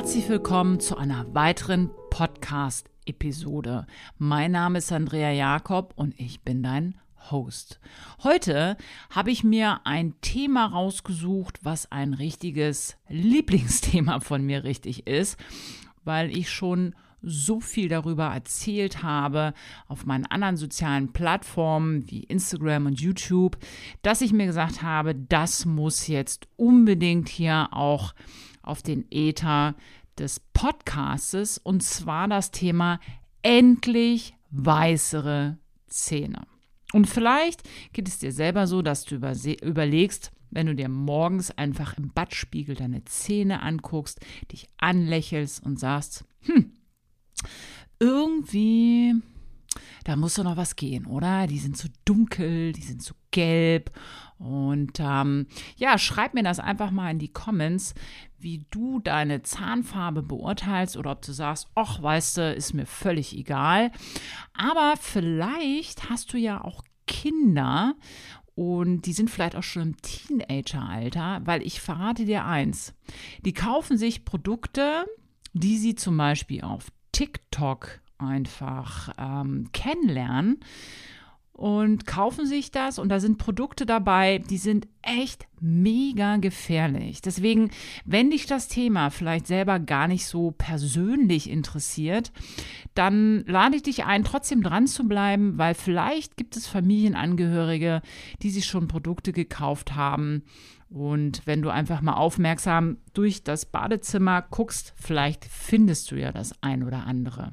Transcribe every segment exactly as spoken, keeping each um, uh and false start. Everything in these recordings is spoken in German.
Herzlich willkommen zu einer weiteren Podcast-Episode. Mein Name ist Andrea Jakob und ich bin dein Host. Heute habe ich mir ein Thema rausgesucht, was ein richtiges Lieblingsthema von mir richtig ist, weil ich schon so viel darüber erzählt habe auf meinen anderen sozialen Plattformen wie Instagram und YouTube, dass ich mir gesagt habe, das muss jetzt unbedingt hier auch auf den Äther des Podcastes, und zwar das Thema endlich weißere Zähne. Und vielleicht geht es dir selber so, dass du überse- überlegst, wenn du dir morgens einfach im Badspiegel deine Zähne anguckst, dich anlächelst und sagst, hm, irgendwie, da muss doch noch was gehen, oder? Die sind so dunkel, die sind so gelb. Und ähm, ja, schreib mir das einfach mal in die Comments, wie du deine Zahnfarbe beurteilst oder ob du sagst, ach, weißt du, ist mir völlig egal. Aber vielleicht hast du ja auch Kinder und die sind vielleicht auch schon im Teenageralter, weil ich verrate dir eins, die kaufen sich Produkte, die sie zum Beispiel auf TikTok einfach ähm, kennenlernen und kaufen sich das, und da sind Produkte dabei, die sind echt mega gefährlich. Deswegen, wenn dich das Thema vielleicht selber gar nicht so persönlich interessiert, dann lade ich dich ein, trotzdem dran zu bleiben, weil vielleicht gibt es Familienangehörige, die sich schon Produkte gekauft haben. Und wenn du einfach mal aufmerksam durch das Badezimmer guckst, vielleicht findest du ja das ein oder andere.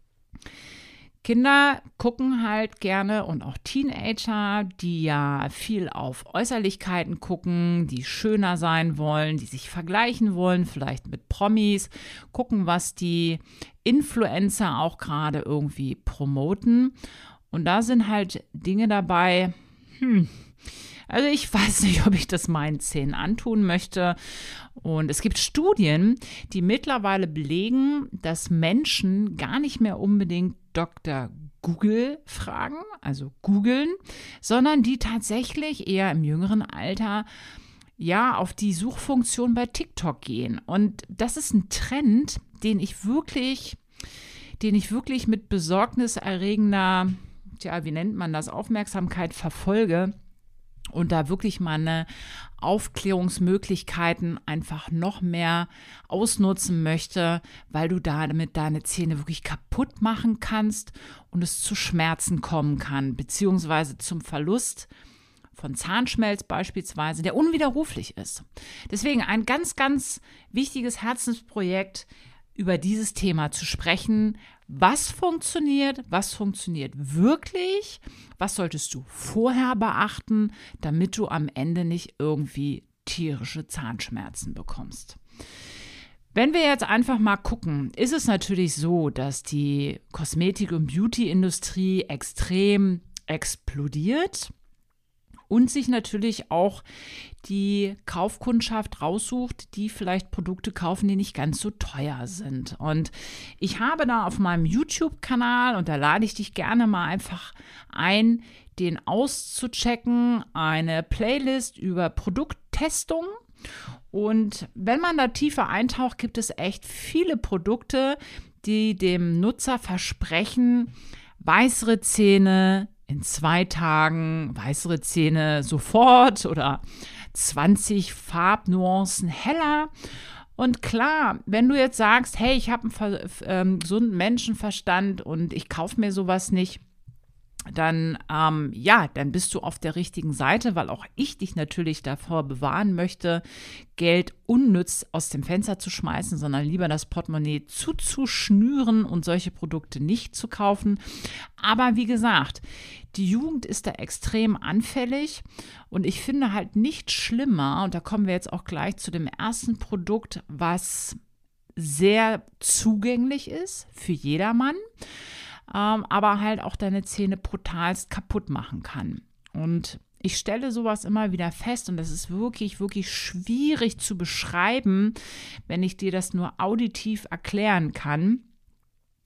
Kinder gucken halt gerne, und auch Teenager, die ja viel auf Äußerlichkeiten gucken, die schöner sein wollen, die sich vergleichen wollen, vielleicht mit Promis, gucken, was die Influencer auch gerade irgendwie promoten. Und da sind halt Dinge dabei, hm, also ich weiß nicht, ob ich das meinen Zähnen antun möchte. Und es gibt Studien, die mittlerweile belegen, dass Menschen gar nicht mehr unbedingt Doktor Google fragen, also googeln, sondern die tatsächlich eher im jüngeren Alter ja auf die Suchfunktion bei TikTok gehen. Und das ist ein Trend, den ich wirklich, den ich wirklich mit besorgniserregender, tja, wie nennt man das, Aufmerksamkeit verfolge. Und da wirklich meine Aufklärungsmöglichkeiten einfach noch mehr ausnutzen möchte, weil du damit deine Zähne wirklich kaputt machen kannst und es zu Schmerzen kommen kann, beziehungsweise zum Verlust von Zahnschmelz beispielsweise, der unwiderruflich ist. Deswegen ein ganz, ganz wichtiges Herzensprojekt, über dieses Thema zu sprechen. Was funktioniert, was funktioniert wirklich, was solltest du vorher beachten, damit du am Ende nicht irgendwie tierische Zahnschmerzen bekommst. Wenn wir jetzt einfach mal gucken, ist es natürlich so, dass die Kosmetik- und Beauty-Industrie extrem explodiert und sich natürlich auch die Kaufkundschaft raussucht, die vielleicht Produkte kaufen, die nicht ganz so teuer sind. Und ich habe da auf meinem YouTube-Kanal, und da lade ich dich gerne mal einfach ein, den auszuchecken, eine Playlist über Produkttestung. Und wenn man da tiefer eintaucht, gibt es echt viele Produkte, die dem Nutzer versprechen, weißere Zähne in zwei Tagen, weißere Zähne sofort oder zwanzig Farbnuancen heller. Und klar, wenn du jetzt sagst, hey, ich habe einen ver- ähm, gesunden Menschenverstand und ich kaufe mir sowas nicht, dann, ähm, ja, dann bist du auf der richtigen Seite, weil auch ich dich natürlich davor bewahren möchte, Geld unnütz aus dem Fenster zu schmeißen, sondern lieber das Portemonnaie zuzuschnüren und solche Produkte nicht zu kaufen. Aber wie gesagt, die Jugend ist da extrem anfällig, und ich finde halt nicht schlimmer, und da kommen wir jetzt auch gleich zu dem ersten Produkt, was sehr zugänglich ist für jedermann, ähm, aber halt auch deine Zähne brutalst kaputt machen kann. Und ich stelle sowas immer wieder fest, und das ist wirklich, wirklich schwierig zu beschreiben, wenn ich dir das nur auditiv erklären kann.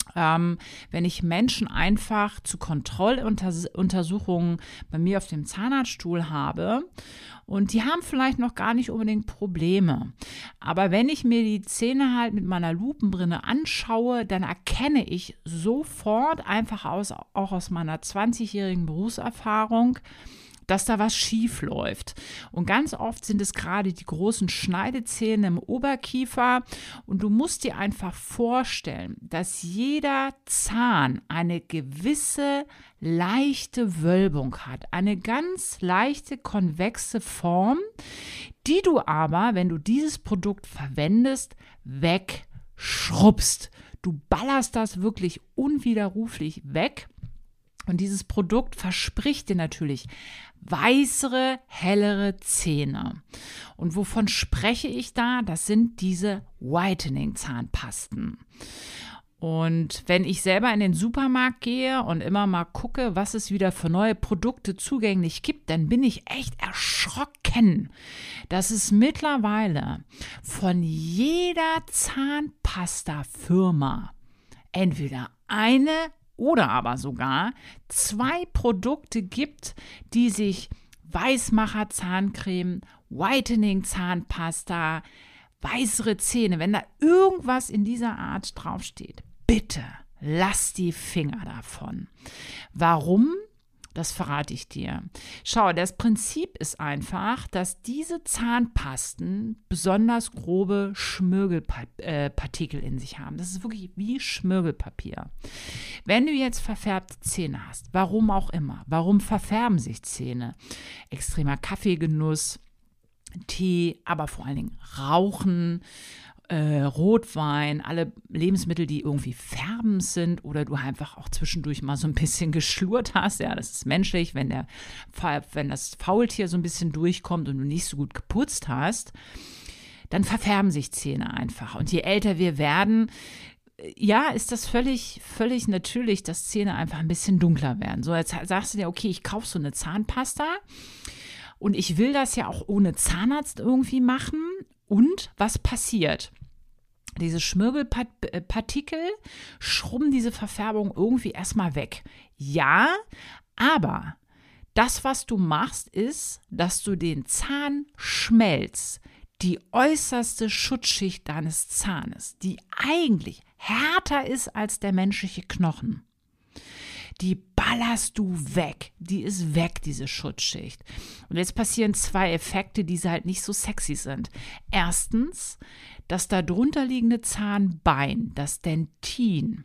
Ähm, wenn ich Menschen einfach zu Kontrolluntersuchungen bei mir auf dem Zahnarztstuhl habe und die haben vielleicht noch gar nicht unbedingt Probleme. Aber wenn ich mir die Zähne halt mit meiner Lupenbrille anschaue, dann erkenne ich sofort einfach aus, auch aus meiner zwanzigjährigen Berufserfahrung, dass da was schief läuft. Und ganz oft sind es gerade die großen Schneidezähne im Oberkiefer. Und du musst dir einfach vorstellen, dass jeder Zahn eine gewisse leichte Wölbung hat. Eine ganz leichte konvexe Form, die du aber, wenn du dieses Produkt verwendest, wegschrubbst. Du ballerst das wirklich unwiderruflich weg. Und dieses Produkt verspricht dir natürlich weißere, hellere Zähne. Und wovon spreche ich da? Das sind diese Whitening-Zahnpasten. Und wenn ich selber in den Supermarkt gehe und immer mal gucke, was es wieder für neue Produkte zugänglich gibt, dann bin ich echt erschrocken, dass es mittlerweile von jeder Zahnpasta-Firma entweder eine oder aber sogar zwei Produkte gibt, die sich Weißmacher Zahncreme, Whitening Zahnpasta, weißere Zähne, wenn da irgendwas in dieser Art draufsteht, bitte lass die Finger davon. Warum? Das verrate ich dir. Schau, das Prinzip ist einfach, dass diese Zahnpasten besonders grobe Schmirgelpartikel in sich haben. Das ist wirklich wie Schmirgelpapier. Wenn du jetzt verfärbte Zähne hast, warum auch immer, warum verfärben sich Zähne? Extremer Kaffeegenuss, Tee, aber vor allen Dingen Rauchen, Äh, Rotwein, alle Lebensmittel, die irgendwie färbend sind oder du einfach auch zwischendurch mal so ein bisschen geschlurrt hast. Ja, das ist menschlich, wenn, der, wenn das Faultier so ein bisschen durchkommt und du nicht so gut geputzt hast, dann verfärben sich Zähne einfach. Und je älter wir werden, ja, ist das völlig, völlig natürlich, dass Zähne einfach ein bisschen dunkler werden. So, jetzt sagst du dir, okay, ich kaufe so eine Zahnpasta und ich will das ja auch ohne Zahnarzt irgendwie machen. Und was passiert? Diese Schmirgelpartikel schrubben diese Verfärbung irgendwie erstmal weg. Ja, aber das, was du machst, ist, dass du den Zahnschmelz, die äußerste Schutzschicht deines Zahnes, die eigentlich härter ist als der menschliche Knochen, die ballerst du weg. Die ist weg, diese Schutzschicht. Und jetzt passieren zwei Effekte, die halt nicht so sexy sind. Erstens, das darunter liegende Zahnbein, das Dentin,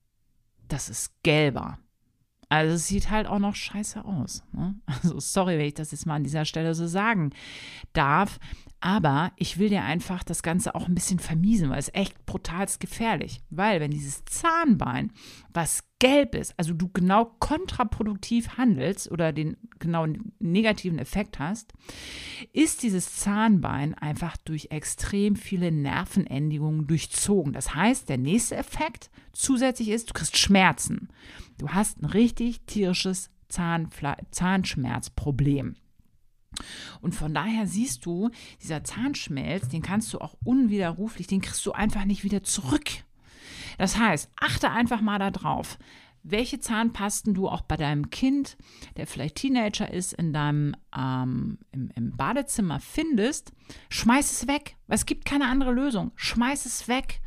das ist gelber. Also es sieht halt auch noch scheiße aus. Ne? Also sorry, wenn ich das jetzt mal an dieser Stelle so sagen darf. Aber ich will dir einfach das Ganze auch ein bisschen vermiesen, weil es echt brutalst gefährlich. Weil wenn dieses Zahnbein, was gelb ist, also du genau kontraproduktiv handelst oder den genau negativen Effekt hast, ist dieses Zahnbein einfach durch extrem viele Nervenendigungen durchzogen. Das heißt, der nächste Effekt zusätzlich ist, du kriegst Schmerzen. Du hast ein richtig tierisches Zahnfle- Zahnschmerzproblem. Und von daher siehst du, dieser Zahnschmelz, den kannst du auch unwiderruflich, den kriegst du einfach nicht wieder zurück. Das heißt, achte einfach mal darauf, welche Zahnpasten du auch bei deinem Kind, der vielleicht Teenager ist, in deinem ähm, im, im Badezimmer findest. Schmeiß es weg. Es gibt keine andere Lösung. Schmeiß es weg.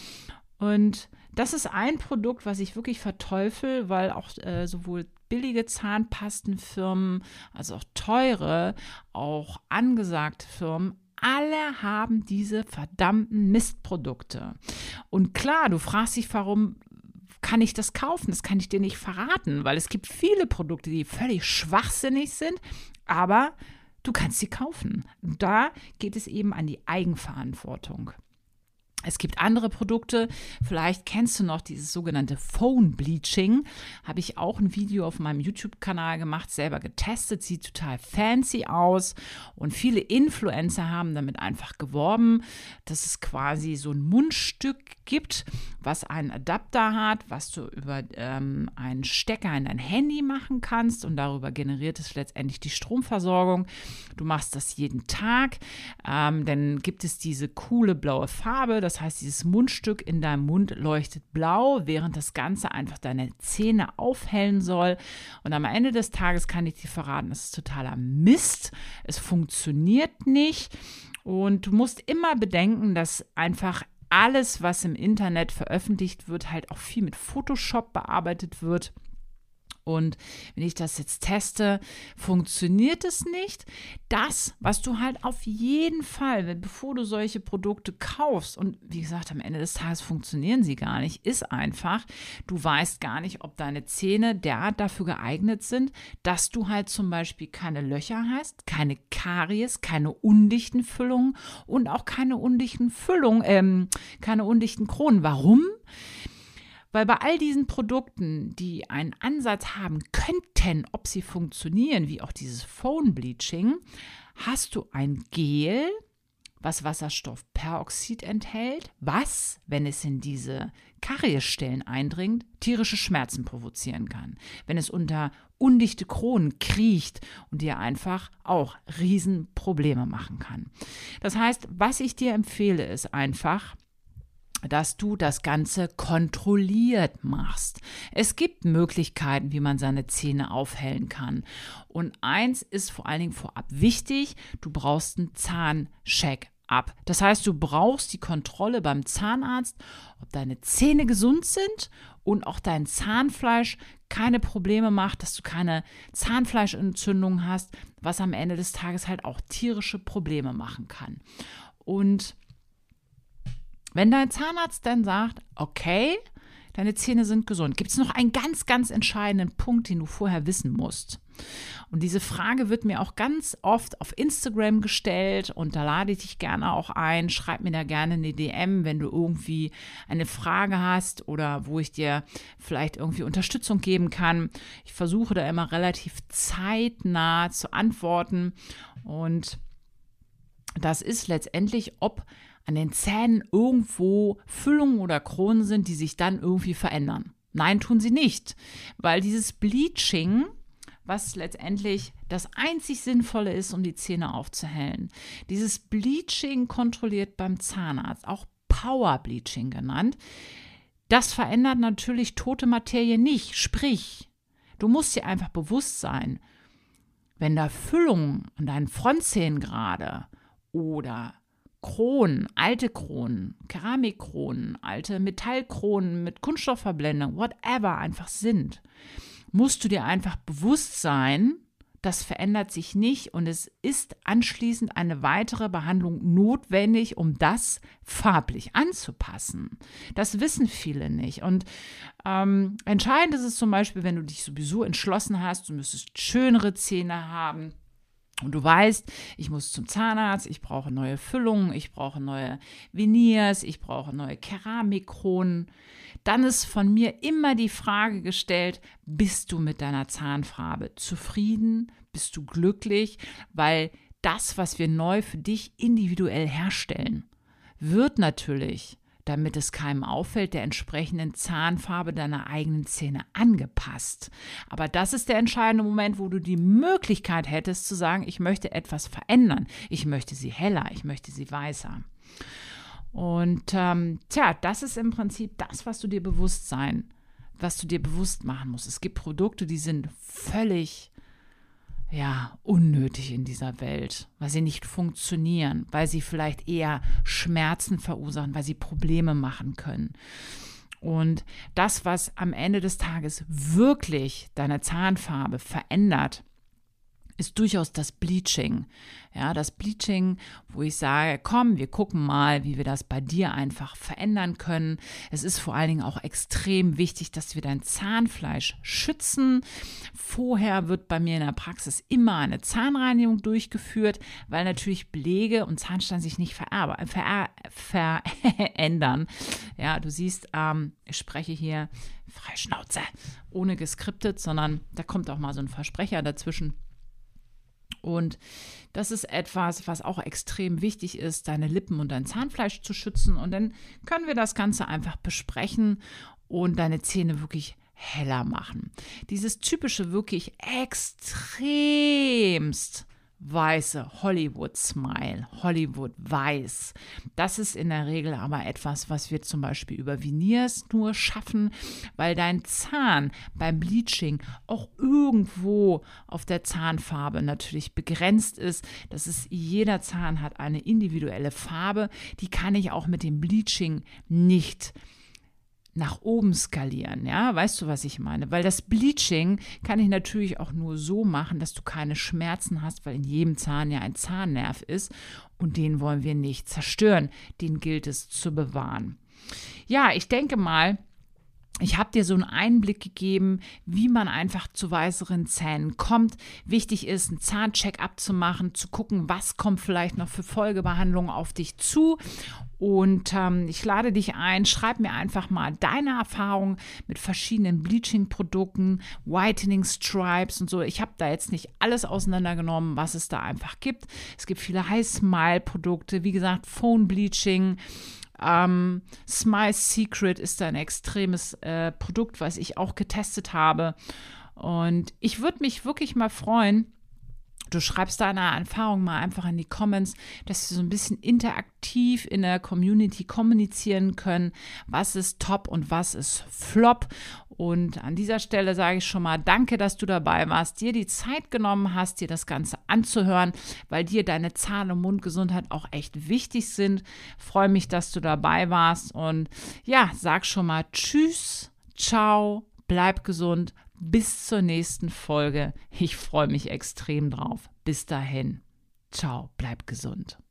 Und das ist ein Produkt, was ich wirklich verteufel, weil auch äh, sowohl billige Zahnpastenfirmen, also auch teure, auch angesagte Firmen, alle haben diese verdammten Mistprodukte. Und klar, du fragst dich, warum kann ich das kaufen? Das kann ich dir nicht verraten, weil es gibt viele Produkte, die völlig schwachsinnig sind, aber du kannst sie kaufen. Da geht es eben an die Eigenverantwortung. Es gibt andere Produkte, vielleicht kennst du noch dieses sogenannte Phone Bleaching, habe ich auch ein Video auf meinem YouTube-Kanal gemacht, selber getestet, sieht total fancy aus und viele Influencer haben damit einfach geworben, dass es quasi so ein Mundstück gibt, was einen Adapter hat, was du über ähm, einen Stecker in dein Handy machen kannst und darüber generiert es letztendlich die Stromversorgung. Du machst das jeden Tag, ähm, dann gibt es diese coole blaue Farbe, das Das heißt, dieses Mundstück in deinem Mund leuchtet blau, während das Ganze einfach deine Zähne aufhellen soll. Und am Ende des Tages kann ich dir verraten, das ist totaler Mist. Es funktioniert nicht. Und du musst immer bedenken, dass einfach alles, was im Internet veröffentlicht wird, halt auch viel mit Photoshop bearbeitet wird. Und wenn ich das jetzt teste, funktioniert es nicht. Das, was du halt auf jeden Fall, wenn, bevor du solche Produkte kaufst, und wie gesagt, am Ende des Tages funktionieren sie gar nicht, ist einfach, du weißt gar nicht, ob deine Zähne derart dafür geeignet sind, dass du halt zum Beispiel keine Löcher hast, keine Karies, keine undichten Füllungen und auch keine undichten Füllungen, ähm, keine undichten Kronen. Warum? Weil bei all diesen Produkten, die einen Ansatz haben könnten, ob sie funktionieren, wie auch dieses Phone Bleaching, hast du ein Gel, was Wasserstoffperoxid enthält, was, wenn es in diese Kariesstellen eindringt, tierische Schmerzen provozieren kann. Wenn es unter undichte Kronen kriecht und dir einfach auch Riesenprobleme machen kann. Das heißt, was ich dir empfehle, ist einfach, dass du das Ganze kontrolliert machst. Es gibt Möglichkeiten, wie man seine Zähne aufhellen kann. Und eins ist vor allen Dingen vorab wichtig, du brauchst einen Zahncheck-up. Das heißt, du brauchst die Kontrolle beim Zahnarzt, ob deine Zähne gesund sind und auch dein Zahnfleisch keine Probleme macht, dass du keine Zahnfleischentzündung hast, was am Ende des Tages halt auch tierische Probleme machen kann. Und wenn dein Zahnarzt dann sagt, okay, deine Zähne sind gesund, gibt es noch einen ganz, ganz entscheidenden Punkt, den du vorher wissen musst. Und diese Frage wird mir auch ganz oft auf Instagram gestellt und da lade ich dich gerne auch ein. Schreib mir da gerne eine D M, wenn du irgendwie eine Frage hast oder wo ich dir vielleicht irgendwie Unterstützung geben kann. Ich versuche da immer relativ zeitnah zu antworten und das ist letztendlich, ob an den Zähnen irgendwo Füllungen oder Kronen sind, die sich dann irgendwie verändern. Nein, tun sie nicht, weil dieses Bleaching, was letztendlich das einzig Sinnvolle ist, um die Zähne aufzuhellen, dieses Bleaching kontrolliert beim Zahnarzt, auch Power Bleaching genannt, das verändert natürlich tote Materie nicht. Sprich, du musst dir einfach bewusst sein, wenn da Füllungen an deinen Frontzähnen gerade oder Kronen, alte Kronen, Keramikkronen, alte Metallkronen mit Kunststoffverblendung, whatever einfach sind, musst du dir einfach bewusst sein, das verändert sich nicht und es ist anschließend eine weitere Behandlung notwendig, um das farblich anzupassen. Das wissen viele nicht. Und ähm, entscheidend ist es zum Beispiel, wenn du dich sowieso entschlossen hast, du müsstest schönere Zähne haben, und du weißt, ich muss zum Zahnarzt, ich brauche neue Füllungen, ich brauche neue Veneers, ich brauche neue Keramikkronen. Dann ist von mir immer die Frage gestellt, bist du mit deiner Zahnfarbe zufrieden? Bist du glücklich? Weil das, was wir neu für dich individuell herstellen, wird natürlich, damit es keinem auffällt, der entsprechenden Zahnfarbe deiner eigenen Zähne angepasst. Aber das ist der entscheidende Moment, wo du die Möglichkeit hättest zu sagen, ich möchte etwas verändern. Ich möchte sie heller, ich möchte sie weißer. Und ähm, tja, das ist im Prinzip das, was du dir bewusst sein, was du dir bewusst machen musst. Es gibt Produkte, die sind völlig ja, unnötig in dieser Welt, weil sie nicht funktionieren, weil sie vielleicht eher Schmerzen verursachen, weil sie Probleme machen können. Und das, was am Ende des Tages wirklich deine Zahnfarbe verändert, ist durchaus das Bleaching. Ja, das Bleaching, wo ich sage, komm, wir gucken mal, wie wir das bei dir einfach verändern können. Es ist vor allen Dingen auch extrem wichtig, dass wir dein Zahnfleisch schützen. Vorher wird bei mir in der Praxis immer eine Zahnreinigung durchgeführt, weil natürlich Belege und Zahnstein sich nicht vererbe, ver, verändern. Ja, du siehst, ähm, ich spreche hier frei Schnauze, ohne geskriptet, sondern da kommt auch mal so ein Versprecher dazwischen. Und das ist etwas, was auch extrem wichtig ist, deine Lippen und dein Zahnfleisch zu schützen. Und dann können wir das Ganze einfach besprechen und deine Zähne wirklich heller machen. Dieses typische, wirklich extremst weiße Hollywood Smile, Hollywood Weiß. Das ist in der Regel aber etwas, was wir zum Beispiel über Veneers nur schaffen, weil dein Zahn beim Bleaching auch irgendwo auf der Zahnfarbe natürlich begrenzt ist. Das ist, jeder Zahn hat eine individuelle Farbe, die kann ich auch mit dem Bleaching nicht nach oben skalieren, ja, weißt du, was ich meine? Weil das Bleaching kann ich natürlich auch nur so machen, dass du keine Schmerzen hast, weil in jedem Zahn ja ein Zahnnerv ist und den wollen wir nicht zerstören, den gilt es zu bewahren. Ja, ich denke mal, ich habe dir so einen Einblick gegeben, wie man einfach zu weißeren Zähnen kommt. Wichtig ist, einen Zahncheck-up zu machen, zu gucken, was kommt vielleicht noch für Folgebehandlungen auf dich zu. Und ähm, ich lade dich ein, schreib mir einfach mal deine Erfahrungen mit verschiedenen Bleaching-Produkten, Whitening Stripes und so. Ich habe da jetzt nicht alles auseinandergenommen, was es da einfach gibt. Es gibt viele High-Smile-Produkte, wie gesagt, Phone Bleaching. Ähm, Smile Secret ist ein extremes äh, Produkt, was ich auch getestet habe. Und ich würde mich wirklich mal freuen, du schreibst deine Erfahrung mal einfach in die Comments, dass wir so ein bisschen interaktiv in der Community kommunizieren können, was ist top und was ist flop. Und an dieser Stelle sage ich schon mal danke, dass du dabei warst, dir die Zeit genommen hast, dir das Ganze anzuhören, weil dir deine Zahn- und Mundgesundheit auch echt wichtig sind. Freue mich, dass du dabei warst und ja, sag schon mal tschüss, ciao, bleib gesund. Bis zur nächsten Folge. Ich freue mich extrem drauf. Bis dahin. Ciao, bleib gesund.